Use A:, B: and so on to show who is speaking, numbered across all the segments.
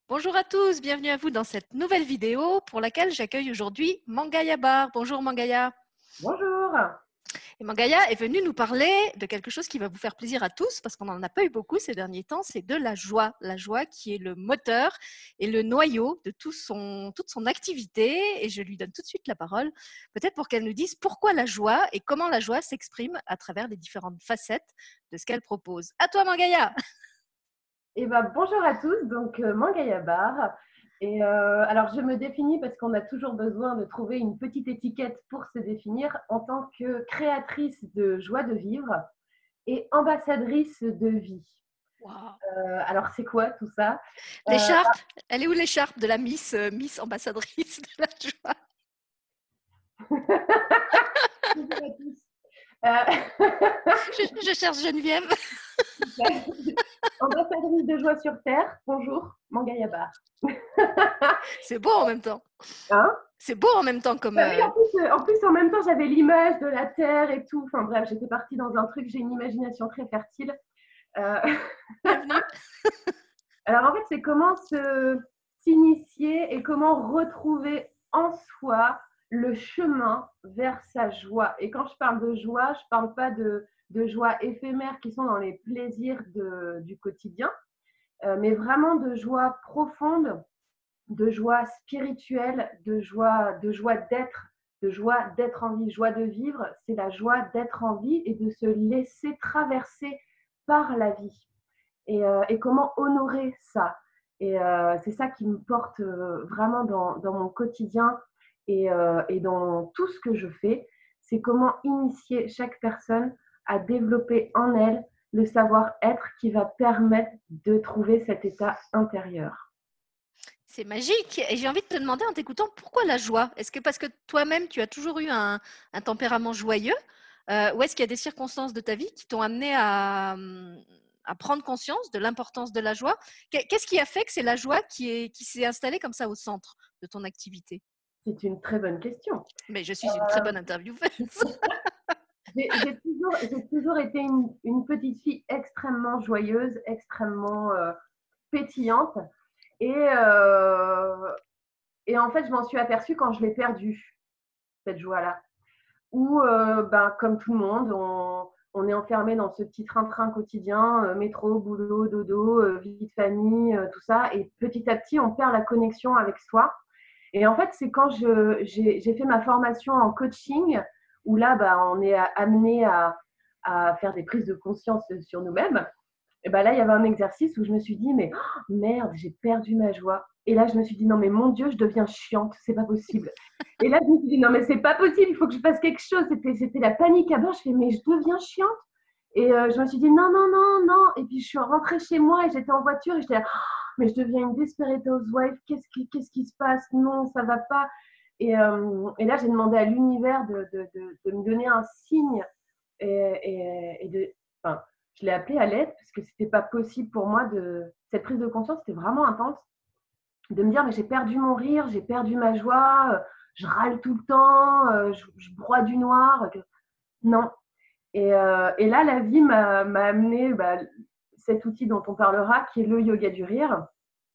A: Bonjour à tous, bienvenue à vous dans cette nouvelle vidéo pour laquelle j'accueille aujourd'hui Mangaya Bar. Bonjour Mangaya.
B: Bonjour.
A: Et Mangaya est venue nous parler de quelque chose qui va vous faire plaisir à tous parce qu'on n'en a pas eu beaucoup ces derniers temps, c'est de la joie. La joie qui est le moteur et le noyau de toute son activité. Et je lui donne tout de suite la parole, peut-être pour qu'elle nous dise pourquoi la joie et comment la joie s'exprime à travers les différentes facettes de ce qu'elle propose. À toi Mangaya.
B: Bonjour à tous, donc Mangaya Bar. Alors, je me définis parce qu'on a toujours besoin de trouver une petite étiquette pour se définir en tant que créatrice de joie de vivre et ambassadrice de vie.
A: Wow.
B: Alors, c'est quoi tout ça? Euh,
A: L'écharpe, elle est où l'écharpe de la Miss ambassadrice de la joie?
B: Bonjour à tous. Euh,
A: Je cherche Geneviève.
B: Ambassadrice de joie sur Terre, bonjour, Mangaya Bar.
A: C'est beau en même temps.
B: Hein?
A: C'est beau en même temps comme.
B: Bah oui, en même temps, j'avais l'image de la Terre et tout. Enfin bref, j'étais partie dans un truc, j'ai une imagination très fertile. Euh,
A: Bienvenue.
B: Alors en fait, c'est comment s'initier et comment retrouver en soi le chemin vers sa joie. Et quand je parle de joie, je ne parle pas de joie éphémère qui sont dans les plaisirs du quotidien, mais vraiment de joie profonde, de joie spirituelle, de joie d'être en vie, joie de vivre, c'est la joie d'être en vie et de se laisser traverser par la vie. Et comment honorer ça. C'est ça qui me porte vraiment dans mon quotidien et dans tout ce que je fais. C'est comment initier chaque personne à développer en elle le savoir-être qui va permettre de trouver cet état intérieur.
A: C'est magique. Et j'ai envie de te demander en t'écoutant pourquoi la joie? Est-ce que parce que toi-même tu as toujours eu un tempérament joyeux, ou est-ce qu'il y a des circonstances de ta vie qui t'ont amené à prendre conscience de l'importance de la joie? Qu'est-ce qui a fait que c'est la joie qui s'est installée comme ça au centre de ton activité?
B: C'est une très bonne question.
A: Mais je suis une très bonne intervieweuse.
B: J'ai toujours été une petite fille extrêmement joyeuse, extrêmement pétillante. Et, euh, et en fait, je m'en suis aperçue quand je l'ai perdue, cette joie-là. Où, comme tout le monde, on est enfermé dans ce petit train-train quotidien, métro, boulot, dodo, vie de famille, tout ça. Et petit à petit, on perd la connexion avec soi. Et en fait, c'est quand j'ai fait ma formation en coaching, où là, on est amené à faire des prises de conscience sur nous-mêmes. Et là, il y avait un exercice où je me suis dit, mais oh, merde, j'ai perdu ma joie. Et là, je me suis dit, non, mais mon Dieu, je deviens chiante, c'est pas possible. Et là, je me suis dit, non, mais c'est pas possible, il faut que je fasse quelque chose. C'était la panique à bord. Je fais, mais je deviens chiante. Je me suis dit, non, non, non, non. Et puis, je suis rentrée chez moi et j'étais en voiture et j'étais là, oh, mais je deviens une desperate housewife. Qu'est-ce qui se passe? Non, ça va pas. Et là, j'ai demandé à l'univers de me donner un signe et enfin, je l'ai appelé à l'aide parce que c'était pas possible pour moi cette prise de conscience, c'était vraiment intense de me dire mais j'ai perdu mon rire, j'ai perdu ma joie, je râle tout le temps, je broie du noir, non. Et là la vie m'a amené cet outil dont on parlera qui est le yoga du rire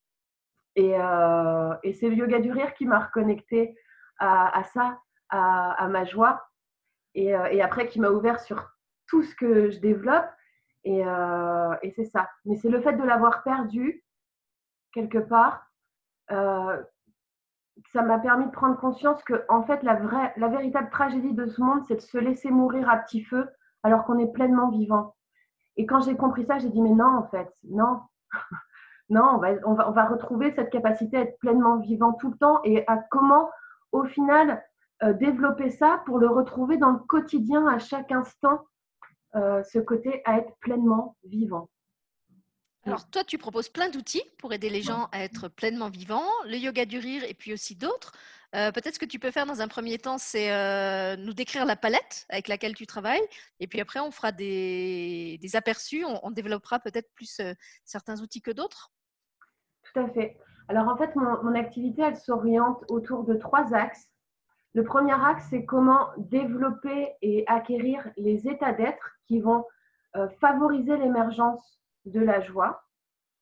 B: et c'est le yoga du rire qui m'a reconnecté à ça, à ma joie et après qui m'a ouvert sur tout ce que je développe et c'est ça. Mais c'est le fait de l'avoir perdu quelque part, euh, ça m'a permis de prendre conscience que en fait la véritable tragédie de ce monde, c'est de se laisser mourir à petit feu alors qu'on est pleinement vivant. Et quand j'ai compris ça, j'ai dit mais non en fait, non, non, on va retrouver cette capacité à être pleinement vivant tout le temps et à comment au final développer ça pour le retrouver dans le quotidien à chaque instant, ce côté à être pleinement vivant.
A: Alors toi, tu proposes plein d'outils pour aider les gens à être pleinement vivants, le yoga du rire et puis aussi d'autres. Peut-être ce que tu peux faire dans un premier temps, c'est nous décrire la palette avec laquelle tu travailles. Et puis après, on fera des aperçus, on développera peut-être plus certains outils que d'autres.
B: Tout à fait. Alors en fait, mon activité, elle s'oriente autour de trois axes. Le premier axe, c'est comment développer et acquérir les états d'être qui vont favoriser l'émergence de la joie.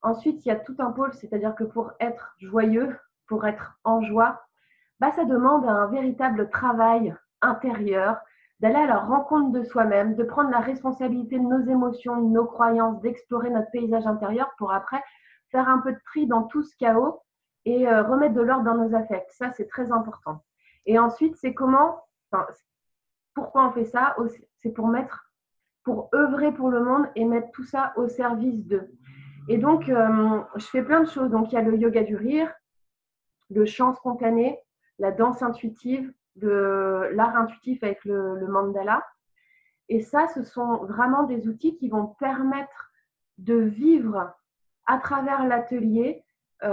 B: Ensuite, il y a tout un pôle, c'est-à-dire que pour être joyeux, pour être en joie, ça demande un véritable travail intérieur, d'aller à la rencontre de soi-même, de prendre la responsabilité de nos émotions, de nos croyances, d'explorer notre paysage intérieur pour après faire un peu de tri dans tout ce chaos et remettre de l'ordre dans nos affects. Ça, c'est très important. Et ensuite, c'est pourquoi on fait ça? C'est pour œuvrer pour le monde et mettre tout ça au service d'eux. Et donc, je fais plein de choses. Donc, il y a le yoga du rire, le chant spontané, la danse intuitive, l'art intuitif avec le mandala. Et ça, ce sont vraiment des outils qui vont permettre de vivre à travers l'atelier,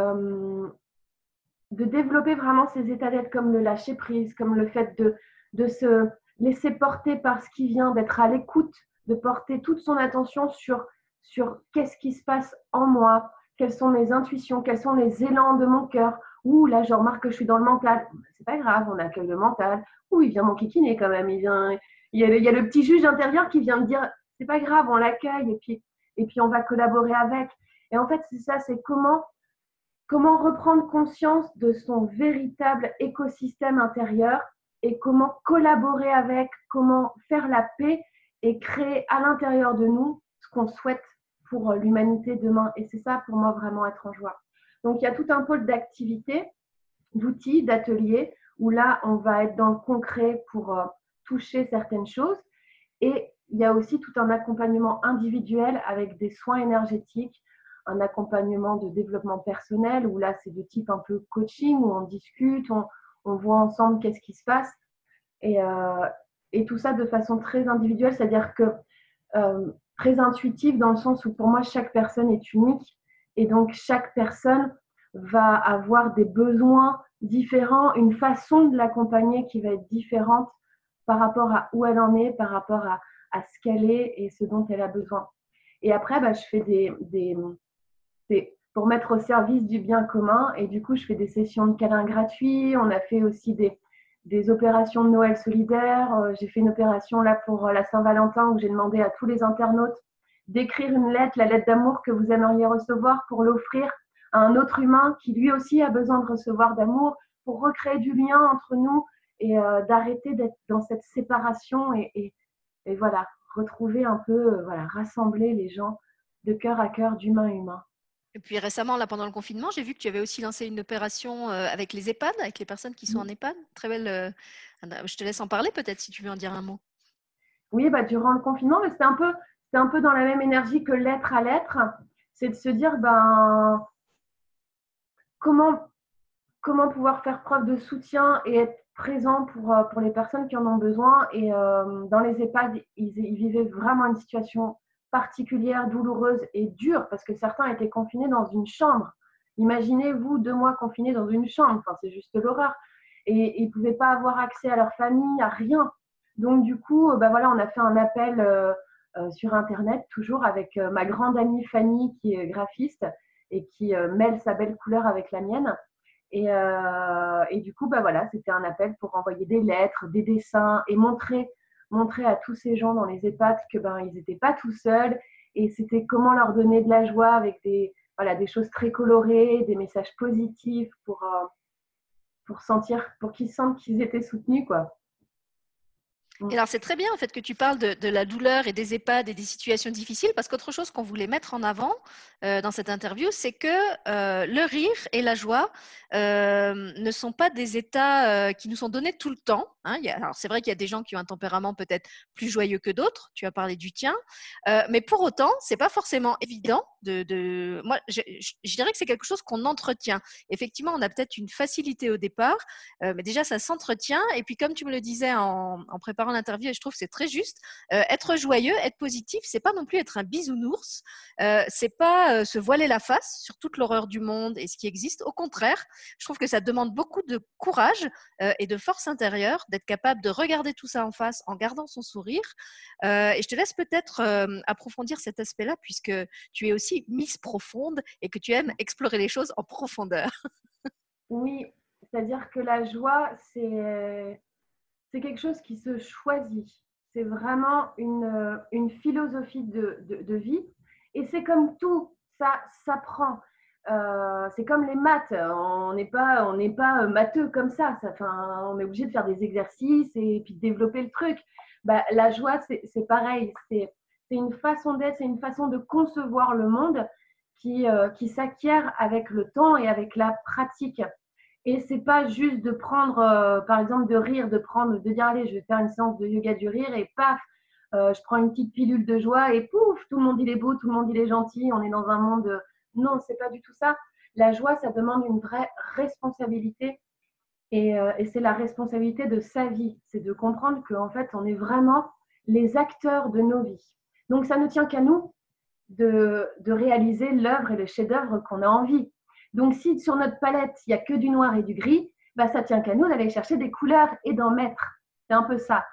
B: de développer vraiment ces états d'être comme le lâcher prise, comme le fait de se laisser porter par ce qui vient, d'être à l'écoute, de porter toute son attention sur qu'est-ce qui se passe en moi, quelles sont mes intuitions, quels sont les élans de mon cœur. Ouh, là, je remarque que je suis dans le mental. C'est pas grave, on accueille le mental. Ouh, il vient mon kikiner quand même. Il y a le petit juge intérieur qui vient me dire, c'est pas grave, on l'accueille et puis on va collaborer avec. Et en fait, c'est ça, c'est comment reprendre conscience de son véritable écosystème intérieur et comment collaborer avec, comment faire la paix et créer à l'intérieur de nous ce qu'on souhaite pour l'humanité demain. Et c'est ça pour moi vraiment être en joie. Donc il y a tout un pôle d'activités, d'outils, d'ateliers où là on va être dans le concret pour toucher certaines choses. Et il y a aussi tout un accompagnement individuel avec des soins énergétiques, un accompagnement de développement personnel où là c'est de type un peu coaching où on discute, on voit ensemble qu'est-ce qui se passe et tout ça de façon très individuelle, c'est-à-dire que très intuitive dans le sens où pour moi chaque personne est unique et donc chaque personne va avoir des besoins différents, une façon de l'accompagner qui va être différente par rapport à où elle en est, par rapport à ce qu'elle est et ce dont elle a besoin. Et après, je fais pour mettre au service du bien commun. Et du coup, je fais des sessions de câlins gratuits. On a fait aussi des opérations de Noël solidaire. J'ai fait une opération là pour la Saint-Valentin où j'ai demandé à tous les internautes d'écrire une lettre, la lettre d'amour que vous aimeriez recevoir pour l'offrir à un autre humain qui lui aussi a besoin de recevoir d'amour, pour recréer du lien entre nous et d'arrêter d'être dans cette séparation et voilà, retrouver un peu, rassembler les gens de cœur à cœur, d'humain à humain.
A: Et puis récemment, là, pendant le confinement, j'ai vu que tu avais aussi lancé une opération avec les EHPAD, avec les personnes qui sont en EHPAD. Très belle. Je te laisse en parler peut-être si tu veux en dire un mot.
B: Oui, durant le confinement, mais c'était un peu dans la même énergie que l'être à l'être. C'est de se dire, comment pouvoir faire preuve de soutien et être présent pour les personnes qui en ont besoin. Et dans les EHPAD, ils vivaient vraiment une situation particulière, douloureuse et dure parce que certains étaient confinés dans une chambre. Imaginez-vous 2 mois confinés dans une chambre, enfin, c'est juste l'horreur. Et ils ne pouvaient pas avoir accès à leur famille, à rien. Donc du coup, voilà, on a fait un appel sur Internet, toujours avec ma grande amie Fanny qui est graphiste et qui mêle sa belle couleur avec la mienne. Et du coup, voilà, c'était un appel pour envoyer des lettres, des dessins et montrer à tous ces gens dans les EHPAD que ils n'étaient pas tout seuls et c'était comment leur donner de la joie avec des choses très colorées, des messages positifs pour qu'ils sentent qu'ils étaient soutenus, quoi.
A: Et alors, c'est très bien en fait que tu parles de la douleur et des EHPAD et des situations difficiles parce qu'autre chose qu'on voulait mettre en avant dans cette interview, c'est que le rire et la joie ne sont pas des états qui nous sont donnés tout le temps. Hein. Alors, c'est vrai qu'il y a des gens qui ont un tempérament peut-être plus joyeux que d'autres. Tu as parlé du tien. Mais pour autant, c'est pas forcément évident Moi, je dirais que c'est quelque chose qu'on entretient. Effectivement, on a peut-être une facilité au départ, mais déjà, ça s'entretient. Et puis, comme tu me le disais en préparant l'interview, et je trouve que c'est très juste, être joyeux, être positif, c'est pas non plus être un bisounours, c'est pas se voiler la face sur toute l'horreur du monde et ce qui existe. Au contraire, je trouve que ça demande beaucoup de courage et de force intérieure d'être capable de regarder tout ça en face en gardant son sourire. Et je te laisse peut-être approfondir cet aspect-là puisque tu es aussi Miss Profonde et que tu aimes explorer les choses en profondeur.
B: Oui, c'est-à-dire que la joie, c'est quelque chose qui se choisit. C'est vraiment une philosophie de vie. Et c'est comme tout. ça s'apprend. C'est comme les maths, on n'est pas matheux comme ça. Enfin, on est obligé de faire des exercices et puis de développer le truc. Bah, la joie, c'est pareil. C'est une façon d'être, c'est une façon de concevoir le monde qui s'acquiert avec le temps et avec la pratique. Et c'est pas juste de prendre, par exemple, de rire, de dire allez, je vais faire une séance de yoga du rire et paf, je prends une petite pilule de joie et pouf, tout le monde il est beau, tout le monde il est gentil, on est dans un monde. Non, c'est pas du tout ça. La joie, ça demande une vraie responsabilité et c'est la responsabilité de sa vie. C'est de comprendre qu'en fait, on est vraiment les acteurs de nos vies. Donc, ça ne tient qu'à nous de réaliser l'œuvre et le chef-d'œuvre qu'on a envie. Donc, si sur notre palette, il n'y a que du noir et du gris, bah, ça tient qu'à nous d'aller chercher des couleurs et d'en mettre. C'est un peu ça.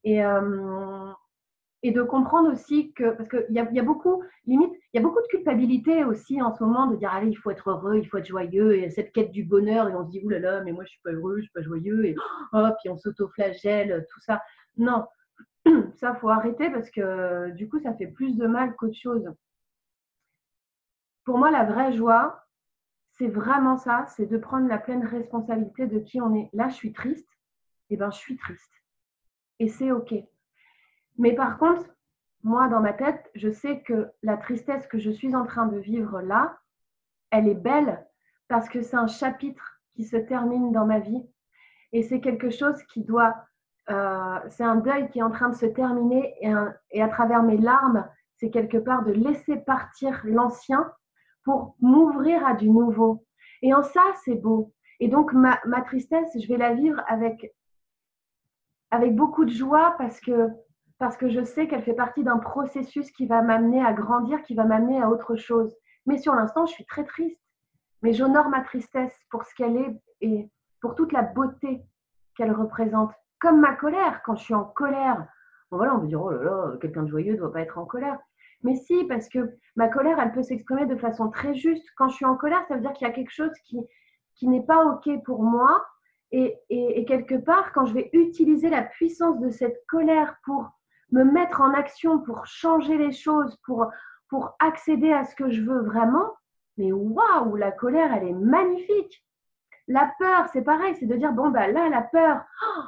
B: Et de comprendre aussi que, parce qu'il y a beaucoup, limite, il y a beaucoup de culpabilité aussi en ce moment de dire, allez, il faut être heureux, il faut être joyeux, et cette quête du bonheur, et on se dit, oulala, mais moi je suis pas heureux, je suis pas joyeux, et oh, puis on s'auto-flagelle, tout ça. Non, ça, faut arrêter parce que du coup, ça fait plus de mal qu'autre chose. Pour moi, la vraie joie, c'est vraiment ça, c'est de prendre la pleine responsabilité de qui on est. Là, je suis triste, et ben je suis triste. Et c'est OK. Mais par contre, moi, dans ma tête, je sais que la tristesse que je suis en train de vivre là, elle est belle parce que c'est un chapitre qui se termine dans ma vie. Et c'est quelque chose qui doit... c'est un deuil qui est en train de se terminer et à travers mes larmes, c'est quelque part de laisser partir l'ancien pour m'ouvrir à du nouveau. Et en ça, c'est beau. Et donc, ma tristesse, je vais la vivre avec beaucoup de joie parce que je sais qu'elle fait partie d'un processus qui va m'amener à grandir, qui va m'amener à autre chose. Mais sur l'instant, je suis très triste. Mais j'honore ma tristesse pour ce qu'elle est et pour toute la beauté qu'elle représente. Comme ma colère, quand je suis en colère. Bon voilà, on peut dire, oh là là, quelqu'un de joyeux ne doit pas être en colère. Mais si, parce que ma colère, elle peut s'exprimer de façon très juste. Quand je suis en colère, ça veut dire qu'il y a quelque chose qui n'est pas OK pour moi. Et quelque part, quand je vais utiliser la puissance de cette colère pour me mettre en action, pour changer les choses, pour accéder à ce que je veux vraiment, mais waouh, la colère, elle est magnifique. La peur, c'est pareil, c'est de dire, bon, bah là, la peur,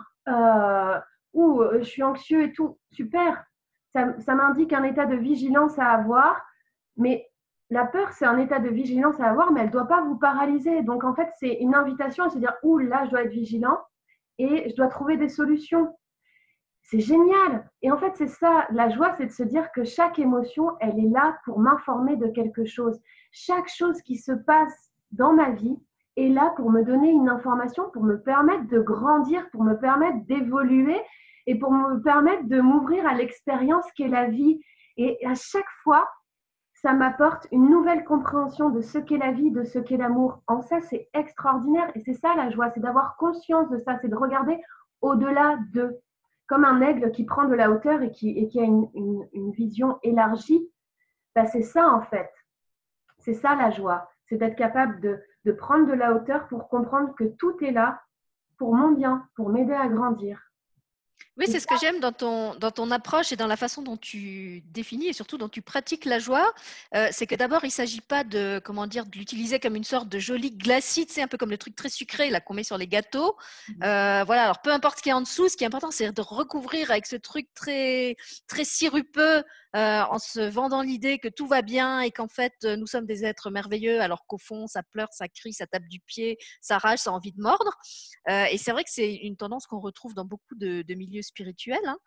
B: je suis anxieux et tout, super. Ça m'indique un état de vigilance à avoir, mais la peur, c'est un état de vigilance à avoir, mais elle ne doit pas vous paralyser. Donc, en fait, c'est une invitation à se dire, ouh, là, je dois être vigilant et je dois trouver des solutions. C'est génial. Et en fait, c'est ça, la joie, c'est de se dire que chaque émotion, elle est là pour m'informer de quelque chose. Chaque chose qui se passe dans ma vie est là pour me donner une information, pour me permettre de grandir, pour me permettre d'évoluer et pour me permettre de m'ouvrir à l'expérience qu'est la vie. Et à chaque fois, ça m'apporte une nouvelle compréhension de ce qu'est la vie, de ce qu'est l'amour. En ça, c'est extraordinaire. Et c'est ça la joie, c'est d'avoir conscience de ça, c'est de regarder au-delà de, comme un aigle qui prend de la hauteur et qui a une vision élargie. Ben, c'est ça en fait. C'est ça la joie. C'est d'être capable de prendre de la hauteur pour comprendre que tout est là pour mon bien, pour m'aider à grandir.
A: Oui, c'est ce que j'aime dans ton approche et dans la façon dont tu définis et surtout dont tu pratiques la joie. C'est que d'abord, il ne s'agit pas de l'utiliser comme une sorte de joli glacis, tu sais, un peu comme le truc très sucré là, qu'on met sur les gâteaux. Voilà, alors peu importe ce qu'il y a en dessous, ce qui est important, c'est de recouvrir avec ce truc très, très sirupeux en se vendant l'idée que tout va bien et qu'en fait, nous sommes des êtres merveilleux alors qu'au fond, ça pleure, ça crie, ça tape du pied, ça rage, ça a envie de mordre. Et c'est vrai que c'est une tendance qu'on retrouve dans beaucoup de milieux spirituels, hein,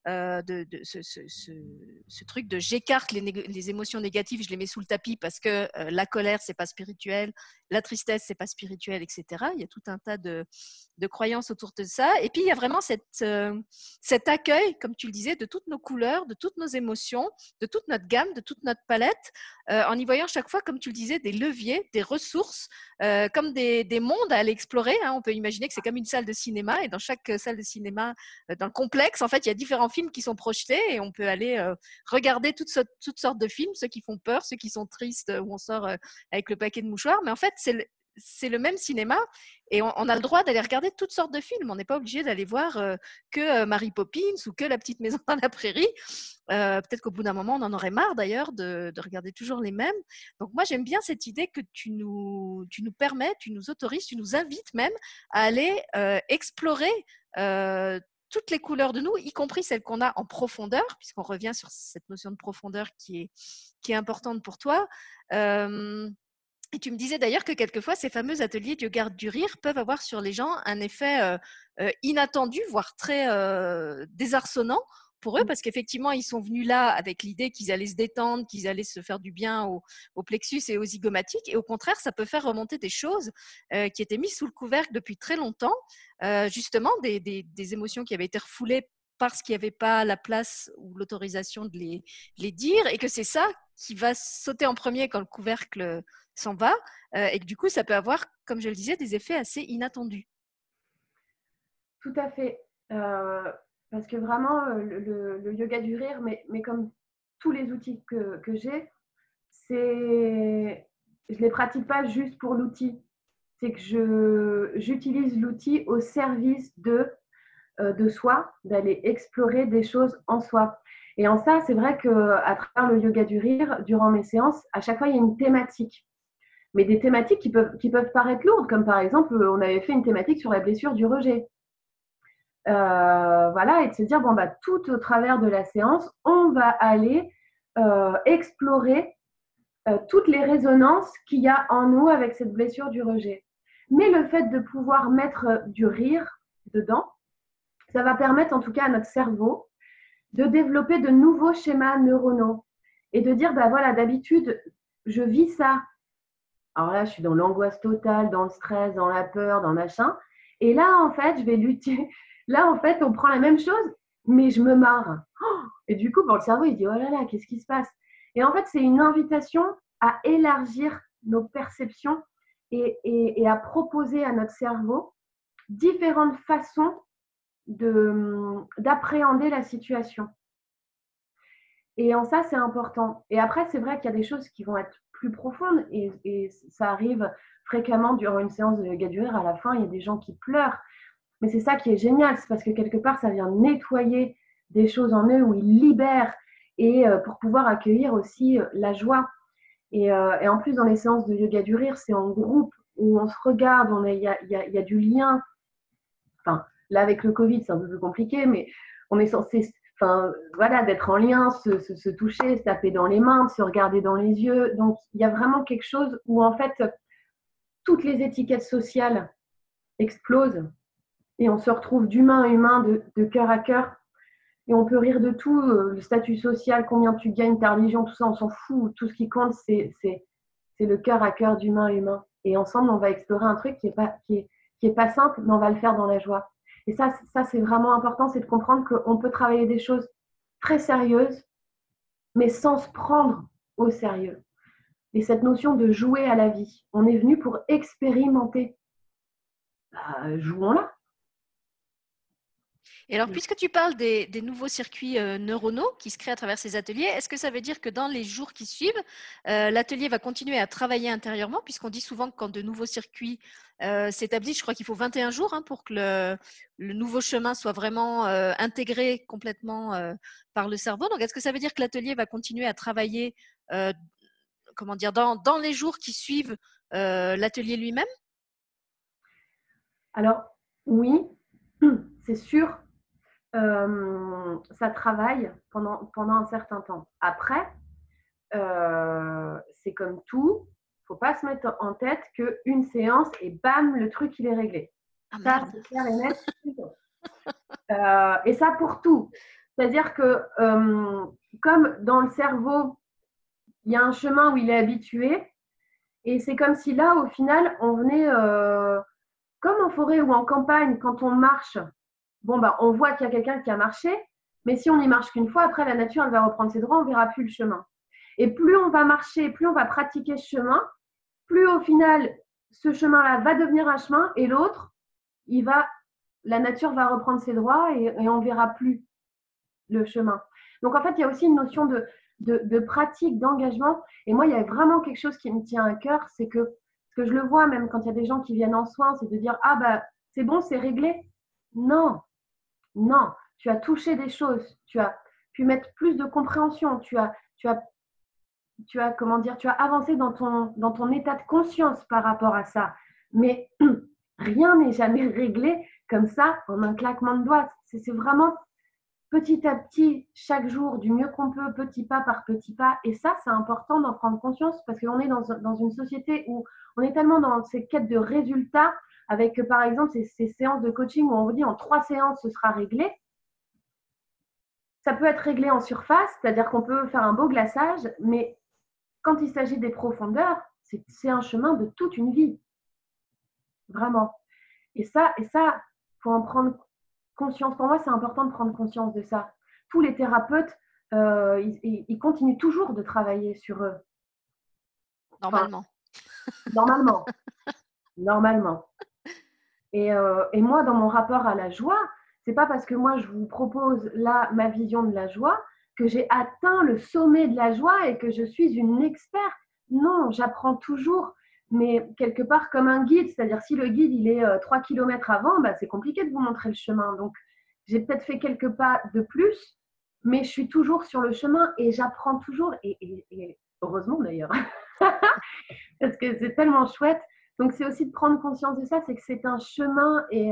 A: ce truc de j'écarte les émotions négatives, je les mets sous le tapis parce que la colère, c'est pas spirituel, la tristesse, c'est pas spirituel, etc. Il y a tout un tas de croyances autour de ça. Et puis, il y a vraiment cet accueil, comme tu le disais, de toutes nos couleurs, de toutes nos émotions, de toute notre gamme, de toute notre palette, en y voyant chaque fois, comme tu le disais, des leviers, des ressources, comme des mondes à aller explorer. Hein. On peut imaginer que c'est comme une salle de cinéma et dans chaque salle de cinéma, dans le complexe, en fait, il y a différents films qui sont projetés et on peut aller regarder toutes sortes de films, ceux qui font peur, ceux qui sont tristes, où on sort avec le paquet de mouchoirs. Mais en fait, c'est le même cinéma et on a le droit d'aller regarder toutes sortes de films. On n'est pas obligé d'aller voir que Mary Poppins ou que La Petite Maison dans la Prairie. Peut-être qu'au bout d'un moment, on en aurait marre d'ailleurs de regarder toujours les mêmes. Donc moi, j'aime bien cette idée que tu nous permets, tu nous autorises, tu nous invites même à aller explorer toutes les couleurs de nous, y compris celles qu'on a en profondeur, puisqu'on revient sur cette notion de profondeur qui est importante pour toi. Et tu me disais d'ailleurs que quelquefois, ces fameux ateliers de yoga du rire peuvent avoir sur les gens un effet inattendu, voire très désarçonnant pour eux, parce qu'effectivement, ils sont venus là avec l'idée qu'ils allaient se détendre, qu'ils allaient se faire du bien au plexus et aux zygomatiques. Et au contraire, ça peut faire remonter des choses qui étaient mises sous le couvercle depuis très longtemps, justement des émotions qui avaient été refoulées parce qu'il n'y avait pas la place ou l'autorisation de les dire, et que c'est ça qui va sauter en premier quand le couvercle s'en va, et que du coup, ça peut avoir, comme je le disais, des effets assez inattendus.
B: Tout à fait. Parce que vraiment, le yoga du rire, mais comme tous les outils que j'ai, je ne les pratique pas juste pour l'outil. C'est que j'utilise l'outil au service de soi, d'aller explorer des choses en soi. Et en ça, c'est vrai qu'à travers le yoga du rire, durant mes séances, à chaque fois, il y a une thématique. Mais des thématiques qui peuvent paraître lourdes, comme par exemple, on avait fait une thématique sur la blessure du rejet. Voilà, et de se dire, bon, bah, tout au travers de la séance, on va aller explorer toutes les résonances qu'il y a en nous avec cette blessure du rejet. Mais le fait de pouvoir mettre du rire dedans, ça va permettre en tout cas à notre cerveau de développer de nouveaux schémas neuronaux et de dire, bah voilà, d'habitude, je vis ça. Alors là, je suis dans l'angoisse totale, dans le stress, dans la peur, dans le machin. Et là, en fait, je vais lutter. Là, en fait, on prend la même chose, mais je me marre. Et du coup, bon, le cerveau, il dit, oh là là, qu'est-ce qui se passe? Et en fait, c'est une invitation à élargir nos perceptions et à proposer à notre cerveau différentes façons d'appréhender la situation. Et en ça, c'est important. Et après, c'est vrai qu'il y a des choses qui vont être plus profondes et ça arrive fréquemment durant une séance de yoga du rire. À la fin, il y a des gens qui pleurent. Mais c'est ça qui est génial, c'est parce que quelque part, ça vient nettoyer des choses en eux où ils libèrent et pour pouvoir accueillir aussi la joie. Et en plus, dans les séances de yoga du rire, c'est en groupe où on se regarde, il y a du lien. Enfin, là, avec le Covid, c'est un peu plus compliqué, mais on est censé, enfin, voilà, d'être en lien, se toucher, se taper dans les mains, se regarder dans les yeux. Donc, il y a vraiment quelque chose où, en fait, toutes les étiquettes sociales explosent et on se retrouve d'humain à humain, de cœur à cœur. Et on peut rire de tout, le statut social, combien tu gagnes, ta religion, tout ça, on s'en fout. Tout ce qui compte, c'est le cœur à cœur d'humain à humain. Et ensemble, on va explorer un truc qui est pas simple, mais on va le faire dans la joie. Et ça c'est vraiment important, c'est de comprendre qu'on peut travailler des choses très sérieuses, mais sans se prendre au sérieux. Et cette notion de jouer à la vie, on est venu pour expérimenter. Bah, jouons-la.
A: Et alors, puisque tu parles des nouveaux circuits neuronaux qui se créent à travers ces ateliers, est-ce que ça veut dire que dans les jours qui suivent, l'atelier va continuer à travailler intérieurement, puisqu'on dit souvent que quand de nouveaux circuits s'établissent, je crois qu'il faut 21 jours pour que le nouveau chemin soit vraiment intégré complètement par le cerveau. Donc, est-ce que ça veut dire que l'atelier va continuer à travailler comment dire, dans les jours qui suivent l'atelier lui-même?
B: Alors, oui, c'est sûr. Ça travaille pendant un certain temps. Après, c'est comme tout, il ne faut pas se mettre en tête qu'une séance et bam, le truc il est réglé.
A: Ah,
B: ça,
A: merde.
B: c'est clair et net. Et ça pour tout. C'est-à-dire que comme dans le cerveau, il y a un chemin où il est habitué, et c'est comme si là, au final, on venait, comme en forêt ou en campagne, quand on marche, bon, bah, on voit qu'il y a quelqu'un qui a marché, mais si on n'y marche qu'une fois, après, la nature, elle va reprendre ses droits, on ne verra plus le chemin. Et plus on va marcher, plus on va pratiquer ce chemin, plus au final, ce chemin-là va devenir un chemin et l'autre, la nature va reprendre ses droits et on ne verra plus le chemin. Donc, en fait, il y a aussi une notion de pratique, d'engagement. Et moi, il y a vraiment quelque chose qui me tient à cœur, c'est que que je le vois même quand il y a des gens qui viennent en soins, c'est de dire ah bah c'est bon, c'est réglé. Non, non, tu as touché des choses, tu as pu mettre plus de compréhension, comment dire, tu as avancé dans ton état de conscience par rapport à ça. Mais rien n'est jamais réglé comme ça en un claquement de doigts. C'est vraiment petit à petit, chaque jour, du mieux qu'on peut, petit pas par petit pas. Et ça, c'est important d'en prendre conscience parce qu'on est dans une société où on est tellement dans ces quêtes de résultats avec, par exemple, ces séances de coaching où on vous dit en 3 séances, ce sera réglé. Ça peut être réglé en surface, c'est-à-dire qu'on peut faire un beau glaçage, mais quand il s'agit des profondeurs, c'est un chemin de toute une vie. Vraiment. Et ça, faut en prendre conscience. Pour moi, c'est important de prendre conscience de ça. Tous les thérapeutes, ils continuent toujours de travailler sur eux.
A: Normalement.
B: Enfin, normalement. Et moi, dans mon rapport à la joie, c'est pas parce que moi, je vous propose là ma vision de la joie que j'ai atteint le sommet de la joie et que je suis une experte. Non, j'apprends toujours, mais quelque part comme un guide. C'est-à-dire, si le guide, il est 3 km avant, bah, c'est compliqué de vous montrer le chemin. Donc, j'ai peut-être fait quelques pas de plus, mais je suis toujours sur le chemin et j'apprends toujours. Et heureusement d'ailleurs, parce que c'est tellement chouette. Donc, c'est aussi de prendre conscience de ça, c'est que c'est un chemin et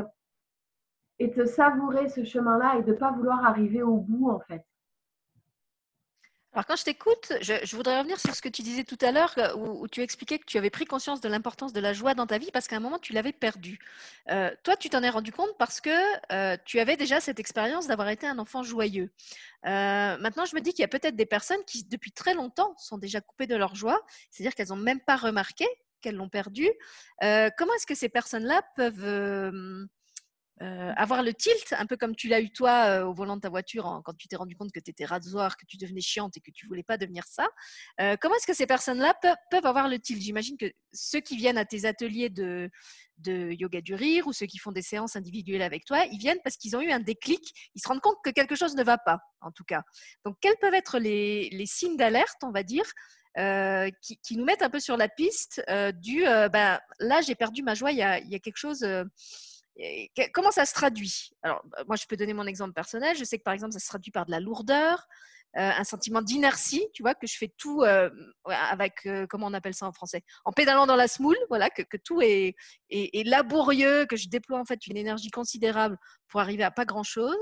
B: de savourer ce chemin-là et de ne pas vouloir arriver au bout, en fait.
A: Alors, quand je t'écoute, je voudrais revenir sur ce que tu disais tout à l'heure, où tu expliquais que tu avais pris conscience de l'importance de la joie dans ta vie parce qu'à un moment, tu l'avais perdue. Toi, tu t'en es rendu compte parce que tu avais déjà cette expérience d'avoir été un enfant joyeux. Maintenant, je me dis qu'il y a peut-être des personnes qui, depuis très longtemps, sont déjà coupées de leur joie, c'est-à-dire qu'elles n'ont même pas remarqué qu'elles l'ont perdue. Comment est-ce que ces personnes-là peuvent avoir le tilt, un peu comme tu l'as eu toi au volant de ta voiture quand tu t'es rendu compte que tu étais rasoir, que tu devenais chiante et que tu voulais pas devenir ça. Comment est-ce que ces personnes-là peuvent avoir le tilt? J'imagine que ceux qui viennent à tes ateliers de yoga du rire ou ceux qui font des séances individuelles avec toi, ils viennent parce qu'ils ont eu un déclic, ils se rendent compte que quelque chose ne va pas, en tout cas. Donc, quels peuvent être les signes d'alerte, on va dire, qui nous mettent un peu sur la piste ben, là, j'ai perdu ma joie, il y a quelque chose… Comment ça se traduit? Alors, moi, je peux donner mon exemple personnel. Je sais que, par exemple, ça se traduit par de la lourdeur, un sentiment d'inertie, tu vois, que je fais tout avec, comment on appelle ça en français? En pédalant dans la semoule, voilà, que tout est laborieux, que je déploie en fait une énergie considérable pour arriver à pas grand-chose.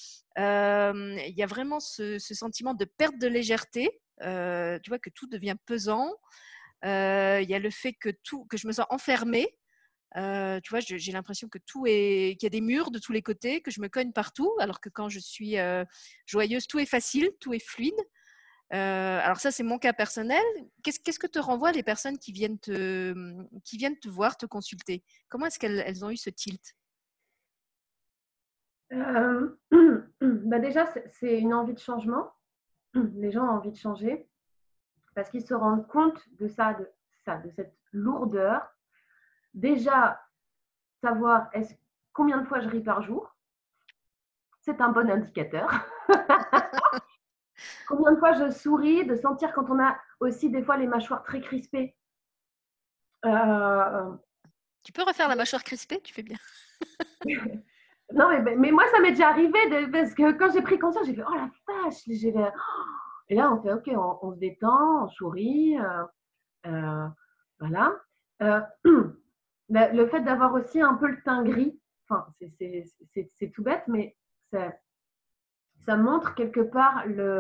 A: Il y a vraiment ce sentiment de perte de légèreté, tu vois, que tout devient pesant. Il y a le fait que je me sens enfermée. Tu vois, j'ai l'impression que qu'il y a des murs de tous les côtés, que je me cogne partout, alors que quand je suis joyeuse, tout est facile, tout est fluide. Alors ça, c'est mon cas personnel. Qu'est-ce que te renvoient les personnes qui viennent te voir, te consulter? Comment est-ce qu'elles ont eu ce tilt?
B: Bah déjà, c'est une envie de changement. Les gens ont envie de changer parce qu'ils se rendent compte de de cette lourdeur. Déjà, savoir combien de fois je ris par jour, c'est un bon indicateur. Combien de fois je souris, de sentir quand on a aussi des fois les mâchoires très crispées.
A: Tu peux refaire la mâchoire crispée? Tu fais bien.
B: Non, mais moi, ça m'est déjà arrivé parce que quand j'ai pris conscience, j'ai fait « Oh la vache !» Et là, on fait « Ok, on se détend, on sourit. » Voilà. Le fait d'avoir aussi un peu le teint gris, enfin, c'est tout bête, mais ça montre quelque part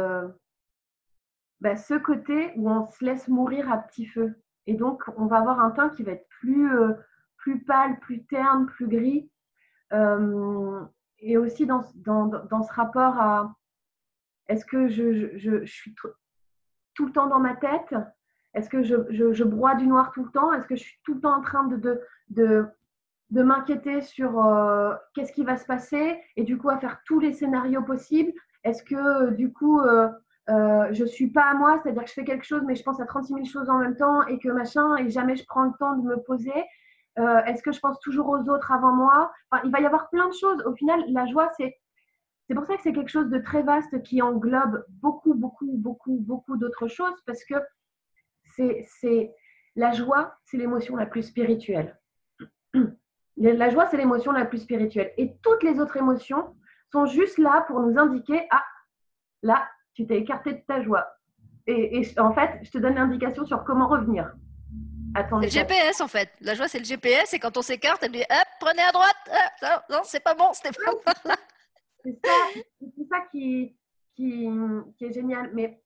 B: ce côté où on se laisse mourir à petit feu. Et donc, on va avoir un teint qui va être plus pâle, plus terne, plus gris. Et aussi dans ce rapport à est-ce que je suis tout le temps dans ma tête? Est-ce que je broie du noir tout le temps? Est-ce que je suis tout le temps en train de m'inquiéter sur qu'est-ce qui va se passer et du coup à faire tous les scénarios possibles? Est-ce que du coup je ne suis pas à moi, c'est-à-dire que je fais quelque chose mais je pense à 36 000 choses en même temps et que machin et jamais je prends le temps de me poser? Est-ce que je pense toujours aux autres avant moi? Enfin, il va y avoir plein de choses. Au final, la joie, c'est pour ça que c'est quelque chose de très vaste qui englobe beaucoup d'autres choses parce que c'est La joie, c'est l'émotion la plus spirituelle. La joie, c'est l'émotion la plus spirituelle. Et toutes les autres émotions sont juste là pour nous indiquer, ah, là, tu t'es écarté de ta joie. Et en fait, je te donne l'indication sur comment revenir à ton
A: C'est le
B: état.
A: GPS en fait. La joie, c'est le GPS. Et quand on s'écarte, elle dit hop, prenez à droite. Non, c'est pas bon, c'était pas par là.
B: C'est ça qui est génial. Mais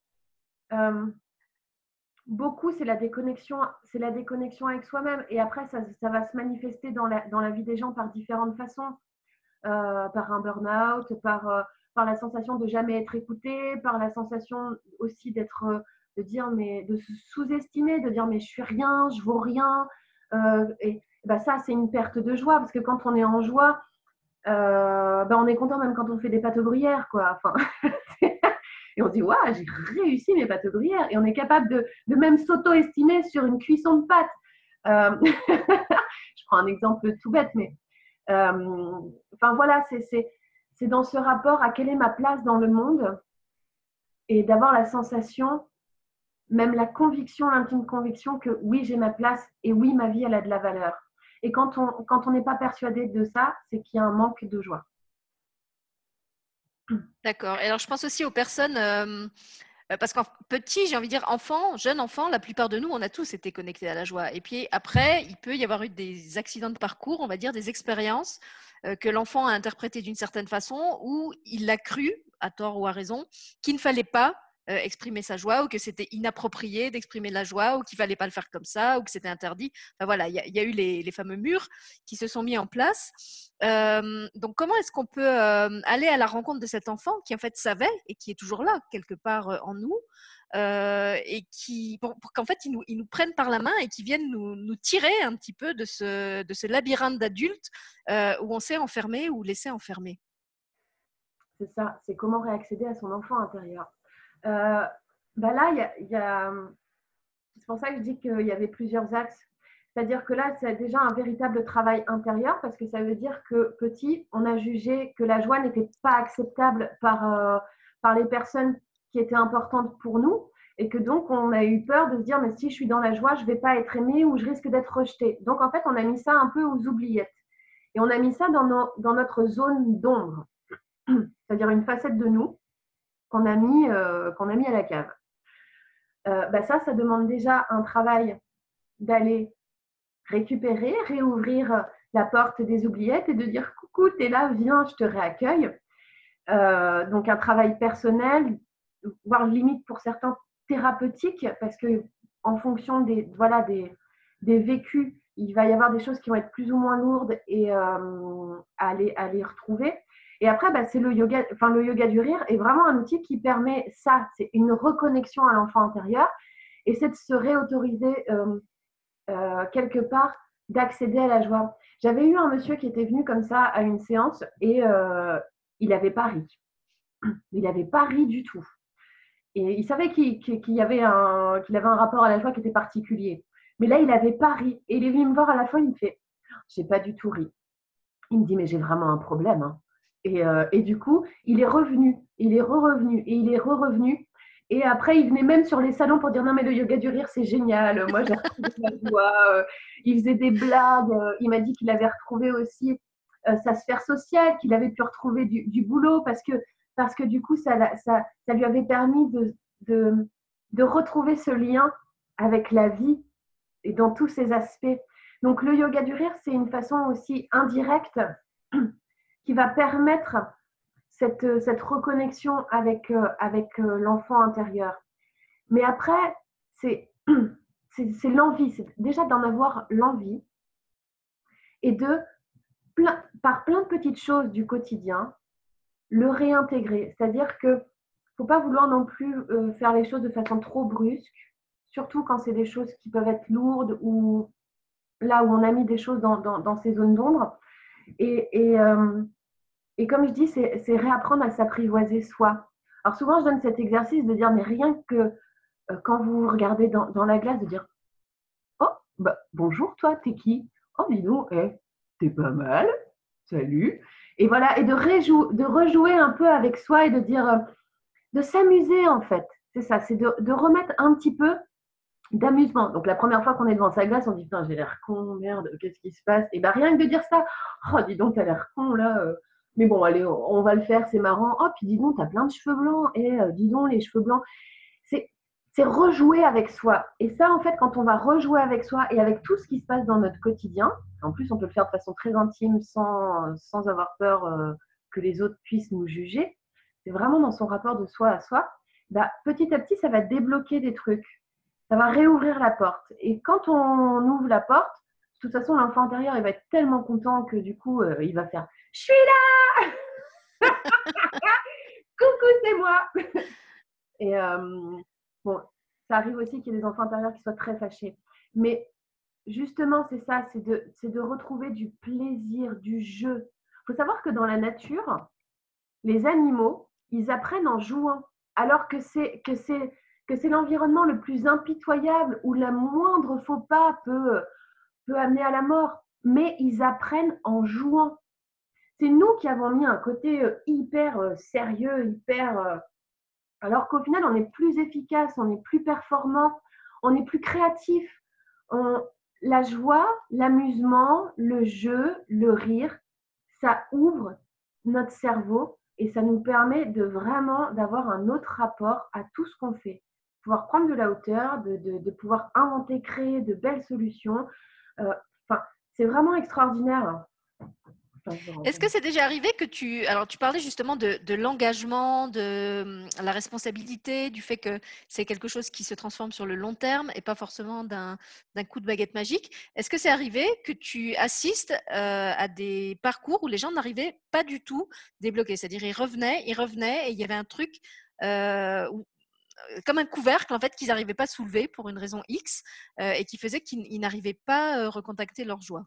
B: beaucoup, c'est la déconnexion avec soi-même. Et après, ça va se manifester dans la vie des gens par différentes façons. Par un burn-out, par la sensation de jamais être écouté, par la sensation aussi de dire, mais de se sous-estimer, de dire, mais je suis rien, je vaux rien. Et bah, ça, c'est une perte de joie, parce que quand on est en joie, bah, on est content même quand on fait des pâtes aux gruyères, quoi. Enfin, et on se dit, waouh, j'ai réussi mes pâtes aux gruyères. Et on est capable de même s'auto-estimer sur une cuisson de pâtes. Je prends un exemple tout bête, mais enfin voilà, c'est dans ce rapport à quelle est ma place dans le monde et d'avoir la sensation, même la conviction, l'intime conviction que oui, j'ai ma place et oui, ma vie, elle a de la valeur. Et quand on n'est pas persuadé de ça, c'est qu'il y a un manque de joie.
A: D'accord. Et alors, je pense aussi aux personnes, parce qu'en petit, j'ai envie de dire enfant, jeune enfant, la plupart de nous, on a tous été connectés à la joie. Et puis après, il peut y avoir eu des accidents de parcours, on va dire, des expériences que l'enfant a interprétées d'une certaine façon, où il a cru, à tort ou à raison, qu'il ne fallait pas exprimer sa joie, ou que c'était inapproprié d'exprimer la joie, ou qu'il fallait pas le faire comme ça, ou que c'était interdit. Enfin voilà, il y a eu les fameux murs qui se sont mis en place. Donc comment est-ce qu'on peut aller à la rencontre de cet enfant qui en fait savait et qui est toujours là quelque part en nous, et qui pour qu'en fait ils nous prennent par la main et qui viennent nous tirer un petit peu de ce labyrinthe d'adultes où on s'est enfermé ou laissé enfermer.
B: C'est ça, c'est comment réaccéder à son enfant intérieur. Bah là, c'est pour ça que je dis qu'il y avait plusieurs axes. C'est-à-dire que là, c'est déjà un véritable travail intérieur parce que ça veut dire que petit, on a jugé que la joie n'était pas acceptable par les personnes qui étaient importantes pour nous et que donc on a eu peur de se dire mais si je suis dans la joie, je ne vais pas être aimée ou je risque d'être rejetée. Donc en fait, on a mis ça un peu aux oubliettes et on a mis ça dans notre zone d'ombre, c'est-à-dire une facette de nous qu'on a mis à la cave. Bah ça demande déjà un travail d'aller récupérer, réouvrir la porte des oubliettes et de dire coucou, t'es là, viens, je te réaccueille. Donc un travail personnel, voire limite pour certains thérapeutique, parce que en fonction des vécus, il va y avoir des choses qui vont être plus ou moins lourdes et à les retrouver. Et après, bah, c'est le yoga. Enfin, le yoga du rire est vraiment un outil qui permet ça. C'est une reconnexion à l'enfant intérieur et c'est de se réautoriser quelque part d'accéder à la joie. J'avais eu un monsieur qui était venu comme ça à une séance et il n'avait pas ri. Il n'avait pas ri du tout. Et il savait qu'il avait un rapport à la joie qui était particulier. Mais là, il n'avait pas ri. Et il est venu me voir à la fin, il me fait « j'ai pas du tout ri ». Il me dit « mais j'ai vraiment un problème hein. ». Et du coup, il est revenu, il est revenu et il est revenu. Et après, il venait même sur les salons pour dire « non mais le yoga du rire, c'est génial, moi j'ai retrouvé la joie ». Il faisait des blagues, il m'a dit qu'il avait retrouvé aussi sa sphère sociale, qu'il avait pu retrouver du boulot parce que du coup, ça lui avait permis de retrouver ce lien avec la vie et dans tous ses aspects. Donc, le yoga du rire, c'est une façon aussi indirecte qui va permettre cette reconnexion avec l'enfant intérieur. Mais après, c'est l'envie, c'est déjà d'en avoir l'envie et par plein de petites choses du quotidien, le réintégrer. C'est-à-dire qu'il ne faut pas vouloir non plus faire les choses de façon trop brusque, surtout quand c'est des choses qui peuvent être lourdes ou là où on a mis des choses dans ces zones d'ombre. Et comme je dis, c'est réapprendre à s'apprivoiser soi. Alors souvent, je donne cet exercice de dire, mais rien que quand vous regardez dans la glace, de dire « Oh, bah, bonjour toi, t'es qui ? Oh, dis donc, t'es pas mal, salut !» Et voilà, et de rejouer un peu avec soi et de dire, de s'amuser en fait. C'est ça, c'est de remettre un petit peu d'amusement. Donc la première fois qu'on est devant sa glace, on dit putain, j'ai l'air con, merde, qu'est-ce qui se passe? Et bah rien que de dire ça, oh dis donc, t'as l'air con là. Mais bon, allez, on va le faire, c'est marrant. Oh, puis dis donc, t'as plein de cheveux blancs. Et dis donc, les cheveux blancs. C'est, c'est rejouer avec soi. Et ça, en fait, quand on va rejouer avec soi et avec tout ce qui se passe dans notre quotidien, en plus, on peut le faire de façon très intime sans avoir peur que les autres puissent nous juger. C'est vraiment dans son rapport de soi à soi. Bah, petit à petit, ça va débloquer des trucs. Ça va réouvrir la porte. Et quand on ouvre la porte, de toute façon, l'enfant intérieur, il va être tellement content que du coup, il va faire « Je suis là. Coucou, c'est moi !» Et bon, ça arrive aussi qu'il y ait des enfants intérieurs qui soient très fâchés. Mais justement, c'est ça, c'est de retrouver du plaisir, du jeu. Il faut savoir que dans la nature, les animaux, ils apprennent en jouant, alors que c'est l'environnement le plus impitoyable où la moindre faux pas peut amener à la mort. Mais ils apprennent en jouant. C'est nous qui avons mis un côté hyper sérieux, hyper alors qu'au final, on est plus efficace, on est plus performant, on est plus créatif. On- la joie, l'amusement, le jeu, le rire, ça ouvre notre cerveau et ça nous permet de vraiment d'avoir un autre rapport à tout ce qu'on fait. Pouvoir prendre de la hauteur, de pouvoir inventer, créer de belles solutions. Euh, Enfin, c'est vraiment extraordinaire. Enfin,
A: Est-ce que c'est déjà arrivé que alors tu parlais justement de l'engagement, de la responsabilité, du fait que c'est quelque chose qui se transforme sur le long terme et pas forcément d'un coup de baguette magique. Est-ce que c'est arrivé que tu assistes à des parcours où les gens n'arrivaient pas du tout débloqués? C'est-à-dire ils revenaient et il y avait un truc comme un couvercle en fait qu'ils n'arrivaient pas à soulever pour une raison X et qui faisait qu'ils n'arrivaient pas à recontacter leur joie.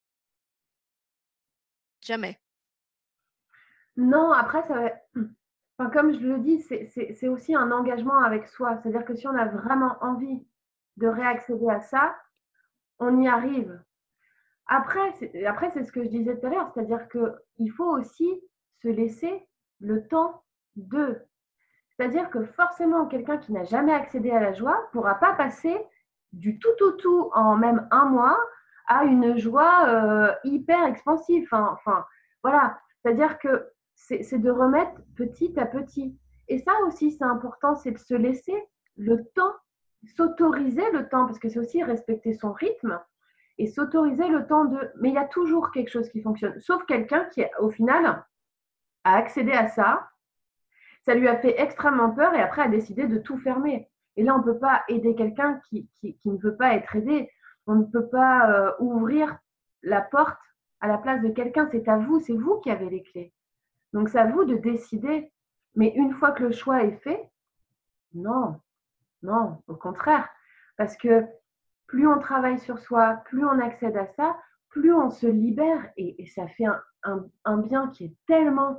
A: Jamais.
B: Non, après, ça va. Enfin, comme je le dis, c'est aussi un engagement avec soi. C'est-à-dire que si on a vraiment envie de réaccéder à ça, on y arrive. Après, c'est ce que je disais tout à l'heure, c'est-à-dire qu'il faut aussi se laisser le temps de. C'est-à-dire que forcément, quelqu'un qui n'a jamais accédé à la joie ne pourra pas passer du tout au tout en même un mois à une joie hyper expansive. Enfin, voilà. C'est-à-dire que c'est de remettre petit à petit. Et ça aussi, c'est important, c'est de se laisser le temps, s'autoriser le temps, parce que c'est aussi respecter son rythme et s'autoriser le temps de. Mais il y a toujours quelque chose qui fonctionne, sauf quelqu'un qui, au final, a accédé à ça, ça lui a fait extrêmement peur et après a décidé de tout fermer. Et là, on ne peut pas aider quelqu'un qui ne veut pas être aidé. On ne peut pas ouvrir la porte à la place de quelqu'un. C'est à vous, c'est vous qui avez les clés. Donc, c'est à vous de décider. Mais une fois que le choix est fait, non, non, au contraire. Parce que plus on travaille sur soi, plus on accède à ça, plus on se libère et ça fait un bien qui est tellement,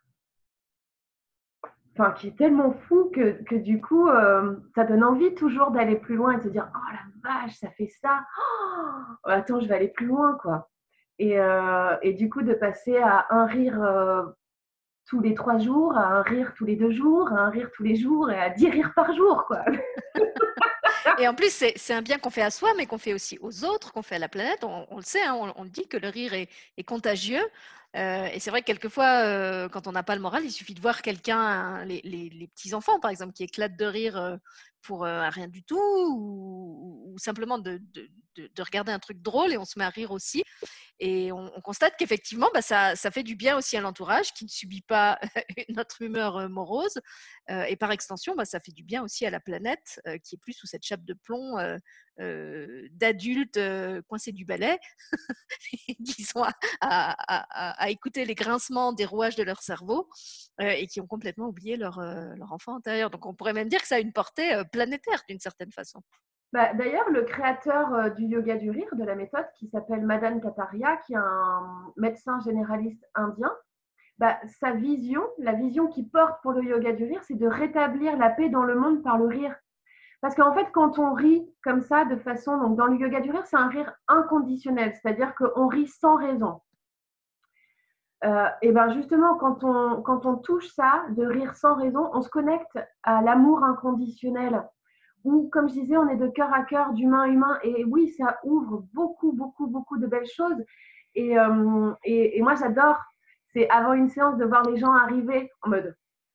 B: enfin, qui est tellement fou que du coup, ça donne envie toujours d'aller plus loin et de se dire, oh la vache, ça fait ça. Oh, attends, je vais aller plus loin, quoi. Et du coup, de passer à un rire tous les 3 jours, à un rire tous les 2 jours, à un rire tous les jours et à 10 rires par jour, quoi.
A: Et en plus, c'est un bien qu'on fait à soi, mais qu'on fait aussi aux autres, qu'on fait à la planète. On le sait, hein, on le dit que le rire est contagieux. Et c'est vrai que quelquefois, quand on n'a pas le moral, il suffit de voir quelqu'un, hein, les petits-enfants par exemple, qui éclatent de rire pour rien du tout, ou simplement de regarder un truc drôle et on se met à rire aussi. Et on constate qu'effectivement, bah, ça fait du bien aussi à l'entourage qui ne subit pas notre humeur morose. Et par extension, bah, ça fait du bien aussi à la planète qui est plus sous cette chape de plomb d'adultes coincés du balai qui sont à écouter les grincements des rouages de leur cerveau et qui ont complètement oublié leur enfant intérieur. Donc on pourrait même dire que ça a une portée planétaire d'une certaine façon.
B: Bah, d'ailleurs, le créateur du yoga du rire, de la méthode, qui s'appelle Madan Kataria, qui est un médecin généraliste indien, bah, sa vision, la vision qu'il porte pour le yoga du rire, c'est de rétablir la paix dans le monde par le rire. Parce qu'en fait, quand on rit comme ça, de façon, donc dans le yoga du rire, c'est un rire inconditionnel, c'est-à-dire qu'on rit sans raison. Et ben justement, quand on touche ça, de rire sans raison, on se connecte à l'amour inconditionnel, où, comme je disais, on est de cœur à cœur, d'humain à humain. Et oui, ça ouvre beaucoup, beaucoup, beaucoup de belles choses. Et moi, j'adore, c'est avant une séance de voir les gens arriver en mode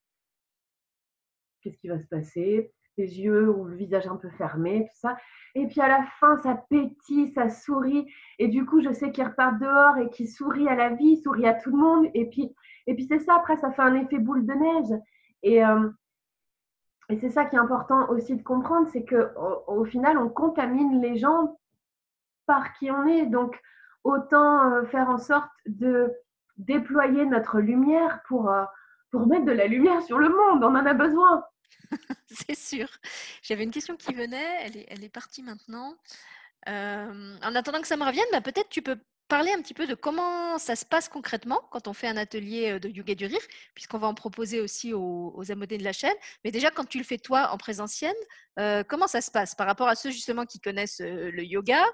B: qu'est-ce qui va se passer, les yeux ou le visage un peu fermé, tout ça. Et puis à la fin, ça pétille, ça sourit. Et du coup, je sais qu'ils repartent dehors et qu'ils sourient à la vie, sourient à tout le monde. Et puis c'est ça, après, ça fait un effet boule de neige. Et, euh, et c'est ça qui est important aussi de comprendre, c'est qu'au final, on contamine les gens par qui on est. Donc, autant faire en sorte de déployer notre lumière pour mettre de la lumière sur le monde. On en a besoin.
A: C'est sûr. J'avais une question qui venait, elle est partie maintenant. En attendant que ça me revienne, bah, peut-être tu peux parler un petit peu de comment ça se passe concrètement quand on fait un atelier de yoga du rire, puisqu'on va en proposer aussi aux abonnés de la chaîne. Mais déjà, quand tu le fais toi en présentiel, comment ça se passe par rapport à ceux justement qui connaissent le yoga?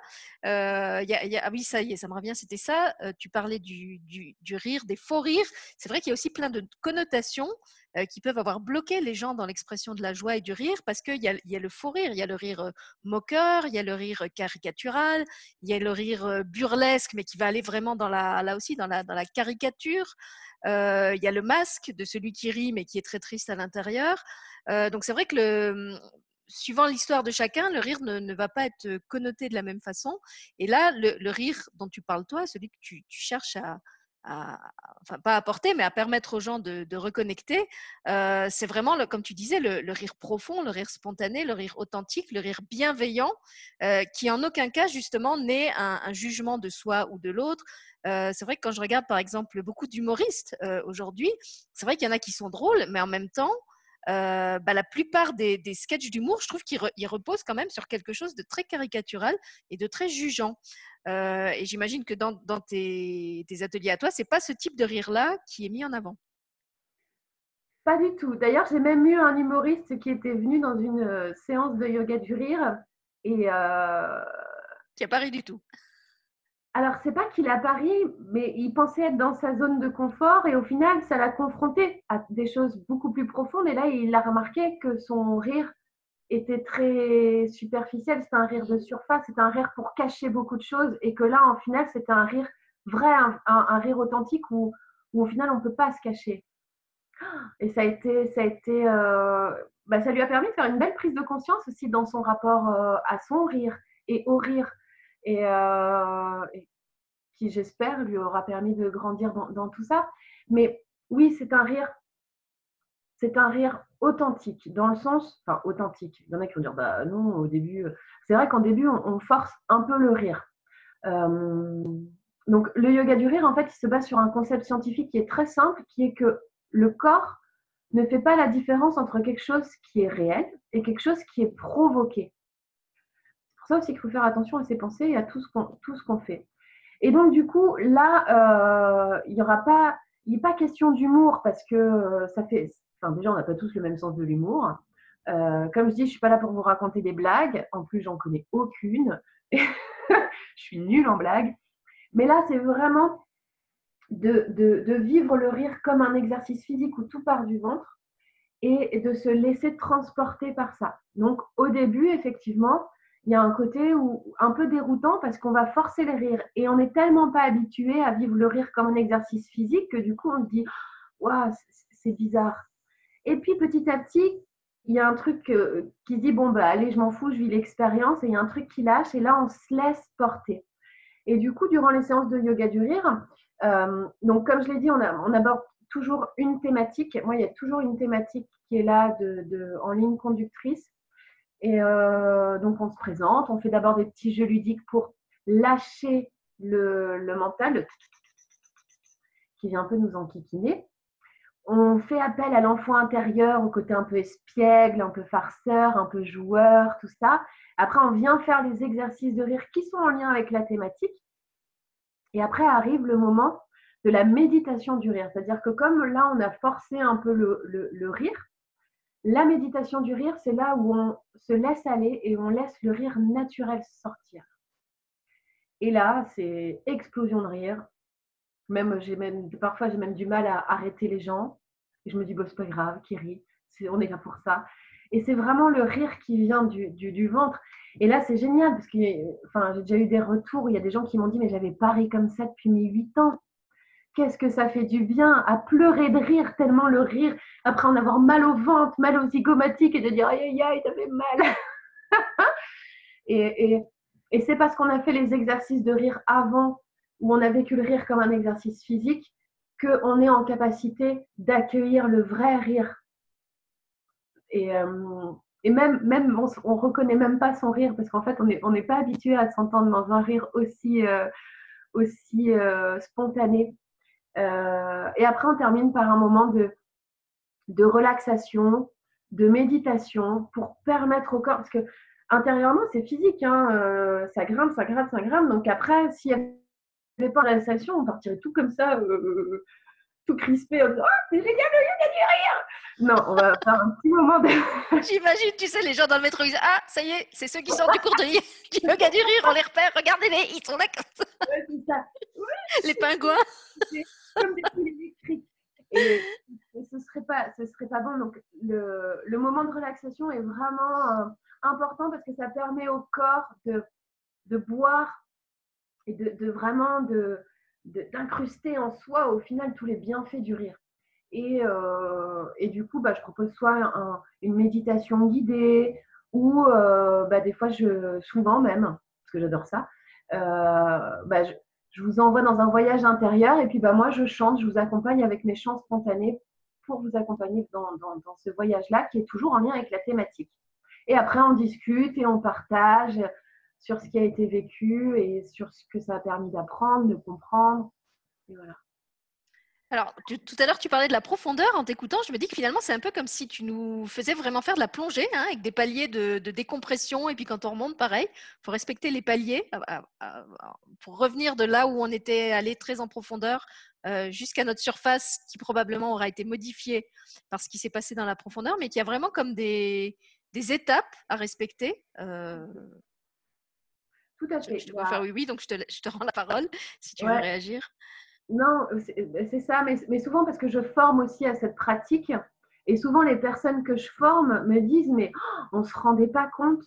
A: Ah oui, ça y est, ça me revient, c'était ça. Tu parlais du rire, des faux rires. C'est vrai qu'il y a aussi plein de connotations qui peuvent avoir bloqué les gens dans l'expression de la joie et du rire, parce qu'il y a le faux rire, il y a le rire moqueur, il y a le rire caricatural, il y a le rire burlesque, mais qui va aller vraiment là aussi dans la caricature. Il y a le masque de celui qui rit, mais qui est très triste à l'intérieur. Donc c'est vrai que suivant l'histoire de chacun, le rire ne va pas être connoté de la même façon. Et là, le rire dont tu parles toi, celui que tu cherches enfin pas à porter, mais à permettre aux gens de reconnecter, c'est vraiment, comme tu disais, le rire profond, le rire spontané, le rire authentique, le rire bienveillant, qui en aucun cas justement n'est un jugement de soi ou de l'autre. C'est vrai que quand je regarde par exemple beaucoup d'humoristes aujourd'hui, c'est vrai qu'il y en a qui sont drôles, mais en même temps, la plupart des sketchs d'humour, je trouve qu'ils reposent quand même sur quelque chose de très caricatural et de très jugeant. Et j'imagine que dans tes ateliers à toi, c'est pas ce type de rire-là qui est mis en avant.
B: Pas du tout. D'ailleurs, j'ai même eu un humoriste qui était venu dans une séance de yoga du rire. Et
A: Qui a pas ri du tout.
B: alors, c'est pas qu'il a pari, mais il pensait être dans sa zone de confort. Et au final, ça l'a confronté à des choses beaucoup plus profondes. Et là, il a remarqué que son rire était très superficiel. C'était un rire de surface. C'était un rire pour cacher beaucoup de choses. Et que là, en final, c'était un rire vrai, un rire authentique où au final, on ne peut pas se cacher. Et ça lui a permis de faire une belle prise de conscience aussi dans son rapport à son rire et au rire. Et qui, j'espère, lui aura permis de grandir dans tout ça. Mais oui, c'est un rire authentique, dans le sens, enfin authentique. Il y en a qui vont dire, bah non, au début, c'est vrai qu'en début, on force un peu le rire. Euh, donc le yoga du rire, en fait, il se base sur un concept scientifique qui est très simple, qui est que le corps ne fait pas la différence entre quelque chose qui est réel et quelque chose qui est provoqué. C'est pour ça aussi qu'il faut faire attention à ses pensées et à tout ce qu'on fait. Et donc, du coup, là, il n'y a pas question d'humour parce que ça fait. Enfin, déjà, on n'a pas tous le même sens de l'humour. Comme je dis, je ne suis pas là pour vous raconter des blagues. En plus, j'en connais aucune. je suis nulle en blagues. Mais là, c'est vraiment de vivre le rire comme un exercice physique où tout part du ventre et de se laisser transporter par ça. Donc, au début, effectivement, il y a un côté un peu déroutant parce qu'on va forcer le rire et on n'est tellement pas habitué à vivre le rire comme un exercice physique que du coup, on se dit waouh, c'est bizarre. Et puis, petit à petit, il y a un truc qui se dit bon, bah allez, je m'en fous, je vis l'expérience et il y a un truc qui lâche et là, on se laisse porter. Et du coup, durant les séances de yoga du rire, donc comme je l'ai dit, on aborde toujours une thématique. Moi, il y a toujours une thématique qui est là en ligne conductrice. Et donc, on se présente, on fait d'abord des petits jeux ludiques pour lâcher le mental qui vient un peu nous enquiquiner. On fait appel à l'enfant intérieur, au côté un peu espiègle, un peu farceur, un peu joueur, tout ça. Après, on vient faire les exercices de rire qui sont en lien avec la thématique. Et après arrive le moment de la méditation du rire. C'est-à-dire que comme là, on a forcé un peu le rire, la méditation du rire, c'est là où on se laisse aller et on laisse le rire naturel sortir. Et là, c'est explosion de rire. Parfois, j'ai même du mal à arrêter les gens. Et je me dis, bon, c'est pas grave, qui rit, on est là pour ça. Et c'est vraiment le rire qui vient du ventre. Et là, c'est génial parce que j'ai déjà eu des retours. Il y a des gens qui m'ont dit, mais j'avais pas ri comme ça depuis mes 8 ans. Qu'est-ce que ça fait du bien à pleurer de rire, tellement le rire, après en avoir mal au ventre, mal aux zygomatiques et de dire aïe aïe aïe, ça fait mal. et, et, et c'est parce qu'on a fait les exercices de rire avant, où on a vécu le rire comme un exercice physique, qu'on est en capacité d'accueillir le vrai rire. Et, euh, et même on reconnaît même pas son rire parce qu'en fait, on n'est pas habitué à s'entendre dans un rire aussi spontané. Et après, on termine par un moment de relaxation, de méditation pour permettre au corps, parce que intérieurement, c'est physique, hein, ça grimpe, ça grimpe, ça grimpe. Donc après, s'il n'y avait pas de relaxation, on partirait tout comme ça, tout crispé, en disant ah, c'est génial, le yoga du rire. Non, on va faire un petit moment de.
A: J'imagine, tu sais, les gens dans le métro, ils disent ah, ça y est, c'est ceux qui sortent du cours de du yoga du rire, on les repère, regardez-les, ils sont là comme ça.
B: Ouais, c'est ça. Ouais,
A: Les pingouins.
B: c'est comme des fils électriques. Et ce serait pas bon. Donc, le moment de relaxation est vraiment important parce que ça permet au corps de boire et de vraiment d'incruster en soi au final tous les bienfaits du rire. Et du coup, je propose soit une méditation guidée ou des fois, souvent même, parce que j'adore ça, je vous envoie dans un voyage intérieur et puis moi, je chante, je vous accompagne avec mes chants spontanés pour vous accompagner dans ce voyage-là qui est toujours en lien avec la thématique. Et après, on discute et on partage sur ce qui a été vécu et sur ce que ça a permis d'apprendre, de comprendre. Et voilà.
A: Alors, tout à l'heure, tu parlais de la profondeur. En t'écoutant, je me dis que finalement, c'est un peu comme si tu nous faisais vraiment faire de la plongée, hein, avec des paliers de décompression. Et puis, quand on remonte, pareil, il faut respecter les paliers pour revenir de là où on était allé très en profondeur jusqu'à notre surface, qui probablement aura été modifiée par ce qui s'est passé dans la profondeur, mais qui a vraiment comme des étapes à respecter.
B: Tout à fait.
A: Je te vois faire oui, donc je te rends la parole si tu veux
B: Ouais.
A: réagir.
B: Non, c'est ça, mais souvent parce que je forme aussi à cette pratique. Et souvent, les personnes que je forme me disent, mais on ne se rendait pas compte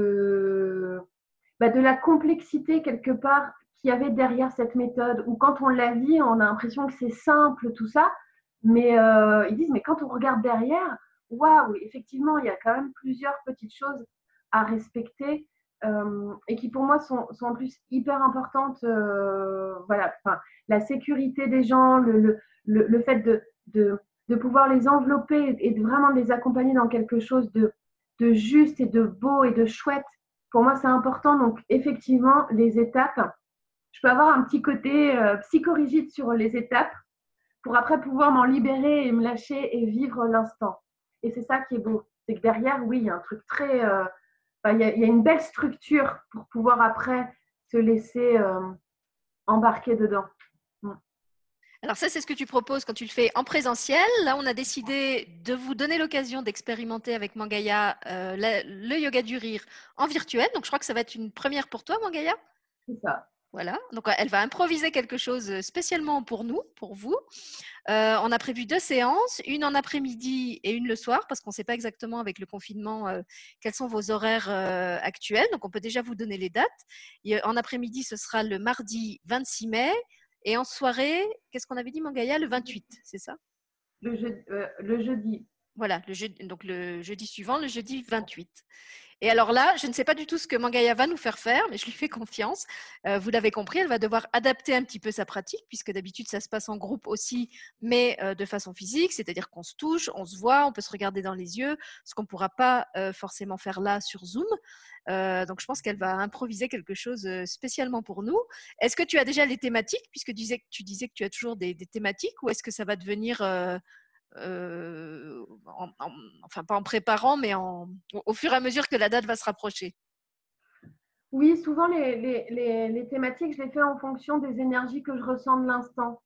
B: de la complexité quelque part qu'il y avait derrière cette méthode. Ou quand on la vit, on a l'impression que c'est simple, tout ça. Mais ils disent, mais quand on regarde derrière, waouh, effectivement, il y a quand même plusieurs petites choses à respecter et qui pour moi sont en plus hyper importantes. Voilà, enfin, la sécurité des gens, le fait de pouvoir les envelopper et de vraiment les accompagner dans quelque chose de juste et de beau et de chouette. Pour moi, c'est important. Donc, effectivement, les étapes, je peux avoir un petit côté psychorigide sur les étapes pour après pouvoir m'en libérer et me lâcher et vivre l'instant. Et c'est ça qui est beau. C'est que derrière, oui, il y a un truc très. Il y a une belle structure pour pouvoir après se laisser embarquer dedans.
A: Alors ça, c'est ce que tu proposes quand tu le fais en présentiel. Là, on a décidé de vous donner l'occasion d'expérimenter avec Mangaya le yoga du rire en virtuel. Donc, je crois que ça va être une première pour toi, Mangaya.
B: C'est ça.
A: Voilà. Donc, elle va improviser quelque chose spécialement pour nous, pour vous. On a prévu 2 séances, une en après-midi et une le soir, parce qu'on ne sait pas exactement avec le confinement quels sont vos horaires actuels. Donc, on peut déjà vous donner les dates. En après-midi, ce sera le mardi 26 mai. Et en soirée, qu'est-ce qu'on avait dit, Mangaya? Le 28, c'est ça?
B: Le jeudi.
A: Voilà, donc le jeudi suivant, le jeudi 28. Et alors là, je ne sais pas du tout ce que Mangaya va nous faire, mais je lui fais confiance. Vous l'avez compris, elle va devoir adapter un petit peu sa pratique, puisque d'habitude, ça se passe en groupe aussi, mais de façon physique, c'est-à-dire qu'on se touche, on se voit, on peut se regarder dans les yeux, ce qu'on ne pourra pas forcément faire là sur Zoom. Donc, je pense qu'elle va improviser quelque chose spécialement pour nous. Est-ce que tu as déjà les thématiques, puisque tu disais que tu as toujours des thématiques, ou est-ce que ça va devenir enfin pas en préparant, mais au fur et à mesure que la date va se rapprocher?
B: Oui, souvent les thématiques, je les fais en fonction des énergies que je ressens de l'instant.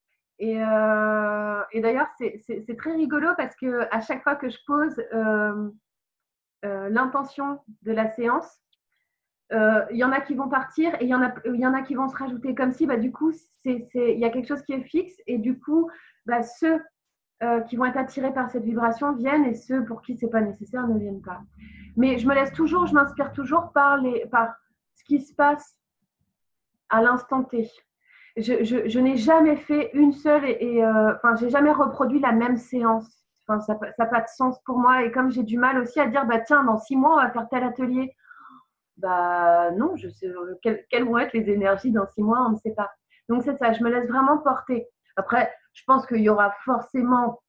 B: Et d'ailleurs, c'est très rigolo parce que à chaque fois que je pose l'intention de la séance, il y en a qui vont partir et il y en a qui vont se rajouter comme si, du coup, il y a quelque chose qui est fixe et du coup, ceux qui vont être attirés par cette vibration viennent et ceux pour qui c'est pas nécessaire ne viennent pas. Mais je m'inspire toujours par ce qui se passe à l'instant T. Je n'ai jamais fait une seule enfin, j'ai jamais reproduit la même séance. Enfin, ça n'a pas de sens pour moi. Et comme j'ai du mal aussi à dire, bah tiens, dans 6 mois, on va faire tel atelier. Bah non, je sais quelles vont être les énergies dans 6 mois, on ne sait pas. Donc c'est ça, je me laisse vraiment porter. Après, je pense qu'il y aura forcément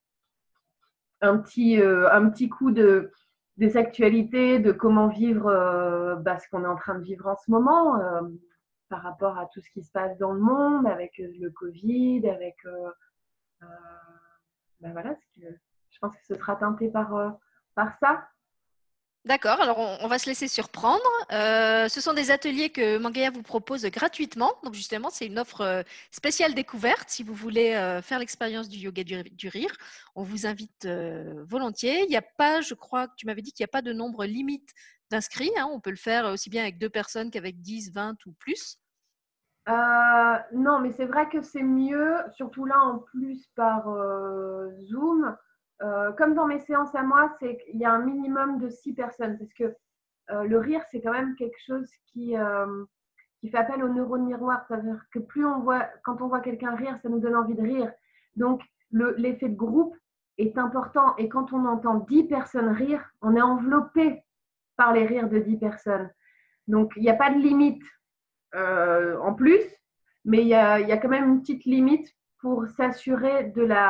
B: un petit coup des actualités, de comment vivre ce qu'on est en train de vivre en ce moment, par rapport à tout ce qui se passe dans le monde, avec le Covid, avec euh, voilà, je pense que ce sera teinté par ça.
A: D'accord, alors on va se laisser surprendre. Ce sont des ateliers que Mangaya vous propose gratuitement. Donc justement, c'est une offre spéciale découverte. Si vous voulez faire l'expérience du yoga du rire, on vous invite volontiers. Il n'y a pas, je crois que tu m'avais dit qu'il n'y a pas de nombre limite d'inscrits, hein. On peut le faire aussi bien avec 2 personnes qu'avec 10, 20 ou plus.
B: Non, mais c'est vrai que c'est mieux, surtout là en plus par Zoom. Comme dans mes séances à moi, c'est qu'il y a un minimum de 6 personnes parce que le rire, c'est quand même quelque chose qui fait appel aux neurones miroirs. C'est-à-dire que quand on voit quelqu'un rire, ça nous donne envie de rire. Donc, l'effet de groupe est important. Et quand on entend 10 personnes rire, on est enveloppé par les rires de 10 personnes. Donc, il n'y a pas de limite en plus, mais il y a quand même une petite limite pour s'assurer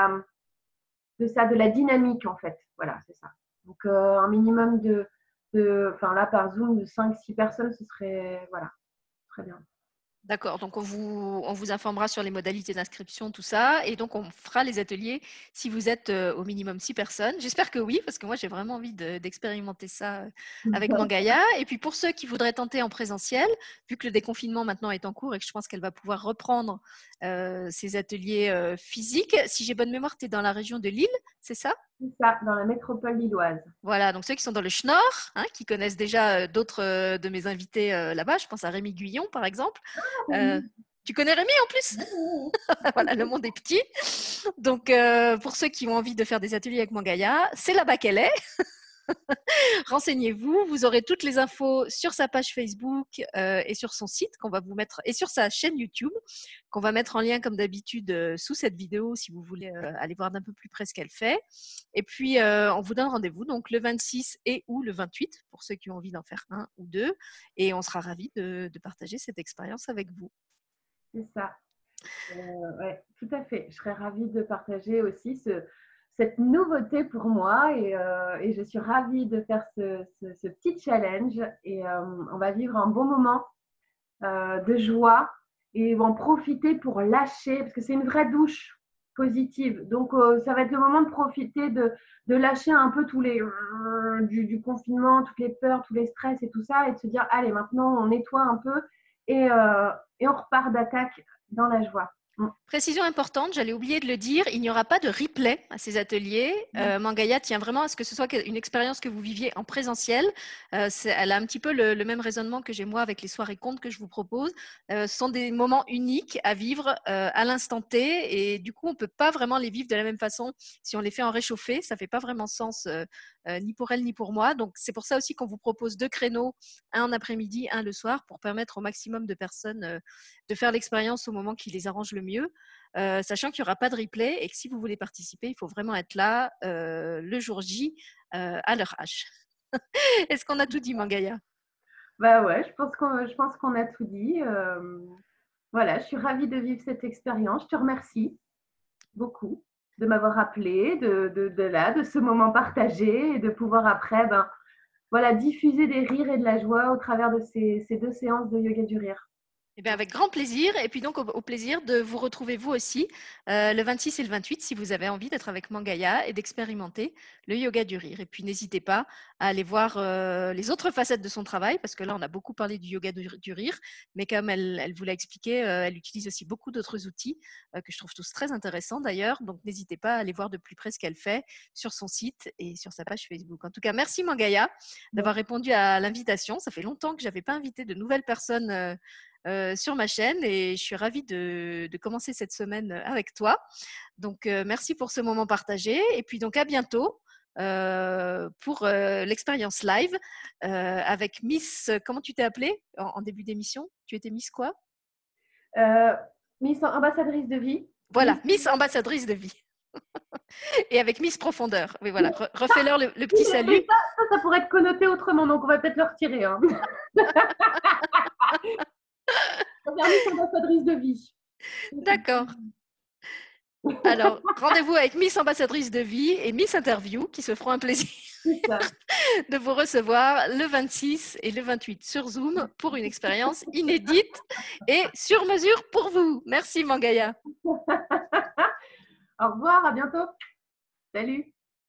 B: de la dynamique, en fait. Voilà, c'est ça. Donc, un minimum enfin là, par Zoom, de 5-6 personnes, ce serait, voilà, très bien.
A: D'accord, donc on vous informera sur les modalités d'inscription, tout ça, et donc on fera les ateliers si vous êtes au minimum 6 personnes. J'espère que oui, parce que moi j'ai vraiment envie d'expérimenter ça avec Mangaya. Et puis pour ceux qui voudraient tenter en présentiel, vu que le déconfinement maintenant est en cours et que je pense qu'elle va pouvoir reprendre ses ateliers physiques, si j'ai bonne mémoire, tu es dans la région de Lille, c'est ça?
B: C'est ça, dans la métropole lilloise.
A: Voilà, donc ceux qui sont dans le Schnorr, hein, qui connaissent déjà d'autres de mes invités là-bas, je pense à Rémi Guyon par exemple. Euh, Tu connais Rémi en plus? Voilà, le monde est petit. Donc, pour ceux qui ont envie de faire des ateliers avec Mangaya, c'est là-bas qu'elle est. Renseignez-vous, vous aurez toutes les infos sur sa page Facebook et sur son site qu'on va vous mettre, et sur sa chaîne YouTube qu'on va mettre en lien comme d'habitude sous cette vidéo si vous voulez aller voir d'un peu plus près ce qu'elle fait. Et puis, on vous donne rendez-vous donc le 26 et ou le 28 pour ceux qui ont envie d'en faire un ou deux. Et on sera ravis de partager cette expérience avec vous.
B: C'est ça. Ouais, tout à fait. Je serais ravie de partager aussi cette nouveauté pour moi et je suis ravie de faire ce petit challenge et on va vivre un bon moment de joie et en profiter pour lâcher parce que c'est une vraie douche positive. Donc, ça va être le moment de profiter de lâcher un peu tous les du confinement, toutes les peurs, tous les stress et tout ça et de se dire, allez, maintenant, on nettoie un peu et on repart d'attaque dans la joie.
A: Précision importante, j'allais oublier de le dire, il n'y aura pas de replay à ces ateliers. Mangaya tient vraiment à ce que ce soit une expérience que vous viviez en présentiel. Elle a un petit peu le même raisonnement que j'ai moi avec les soirées contes que je vous propose. Ce sont des moments uniques à vivre à l'instant T et du coup, on ne peut pas vraiment les vivre de la même façon si on les fait en réchauffé. Ça ne fait pas vraiment sens ni pour elle ni pour moi. Donc, c'est pour ça aussi qu'on vous propose 2 créneaux, un en après-midi, un le soir, pour permettre au maximum de personnes de faire l'expérience au moment qui les arrange le mieux. Sachant qu'il n'y aura pas de replay et que si vous voulez participer, il faut vraiment être là le jour J à l'heure H. Est-ce qu'on a tout dit, Mangaya?
B: Bah ouais, je pense qu'on a tout dit. Voilà, je suis ravie de vivre cette expérience. Je te remercie beaucoup de m'avoir appelé, de ce moment partagé et de pouvoir après voilà, diffuser des rires et de la joie au travers de ces 2 séances de yoga du rire.
A: Eh bien, avec grand plaisir. Et puis donc, au plaisir de vous retrouver vous aussi le 26 et le 28 si vous avez envie d'être avec Mangaya et d'expérimenter le yoga du rire. Et puis, n'hésitez pas à aller voir les autres facettes de son travail parce que là, on a beaucoup parlé du yoga du rire, mais comme elle vous l'a expliqué, elle utilise aussi beaucoup d'autres outils que je trouve tous très intéressants d'ailleurs. Donc, n'hésitez pas à aller voir de plus près ce qu'elle fait sur son site et sur sa page Facebook. En tout cas, merci Mangaya d'avoir répondu à l'invitation. Ça fait longtemps que je n'avais pas invité de nouvelles personnes sur ma chaîne et je suis ravie de commencer cette semaine avec toi. Donc, merci pour ce moment partagé et puis donc à bientôt pour l'expérience live avec Miss, comment tu t'es appelée en début d'émission? Tu étais Miss quoi?
B: Miss ambassadrice de vie.
A: Voilà, Miss ambassadrice de vie. Et avec Miss Profondeur. Oui, voilà, refais-leur le petit salut.
B: Ça pourrait être connoté autrement, donc on va peut-être le retirer. Hein. Miss ambassadrice de vie.
A: D'accord. Alors, rendez-vous avec Miss Ambassadrice de vie et Miss Interview qui se feront un plaisir de vous recevoir le 26 et le 28 sur Zoom pour une expérience inédite et sur mesure pour vous. Merci Mangaya.
B: Au revoir, à bientôt. Salut.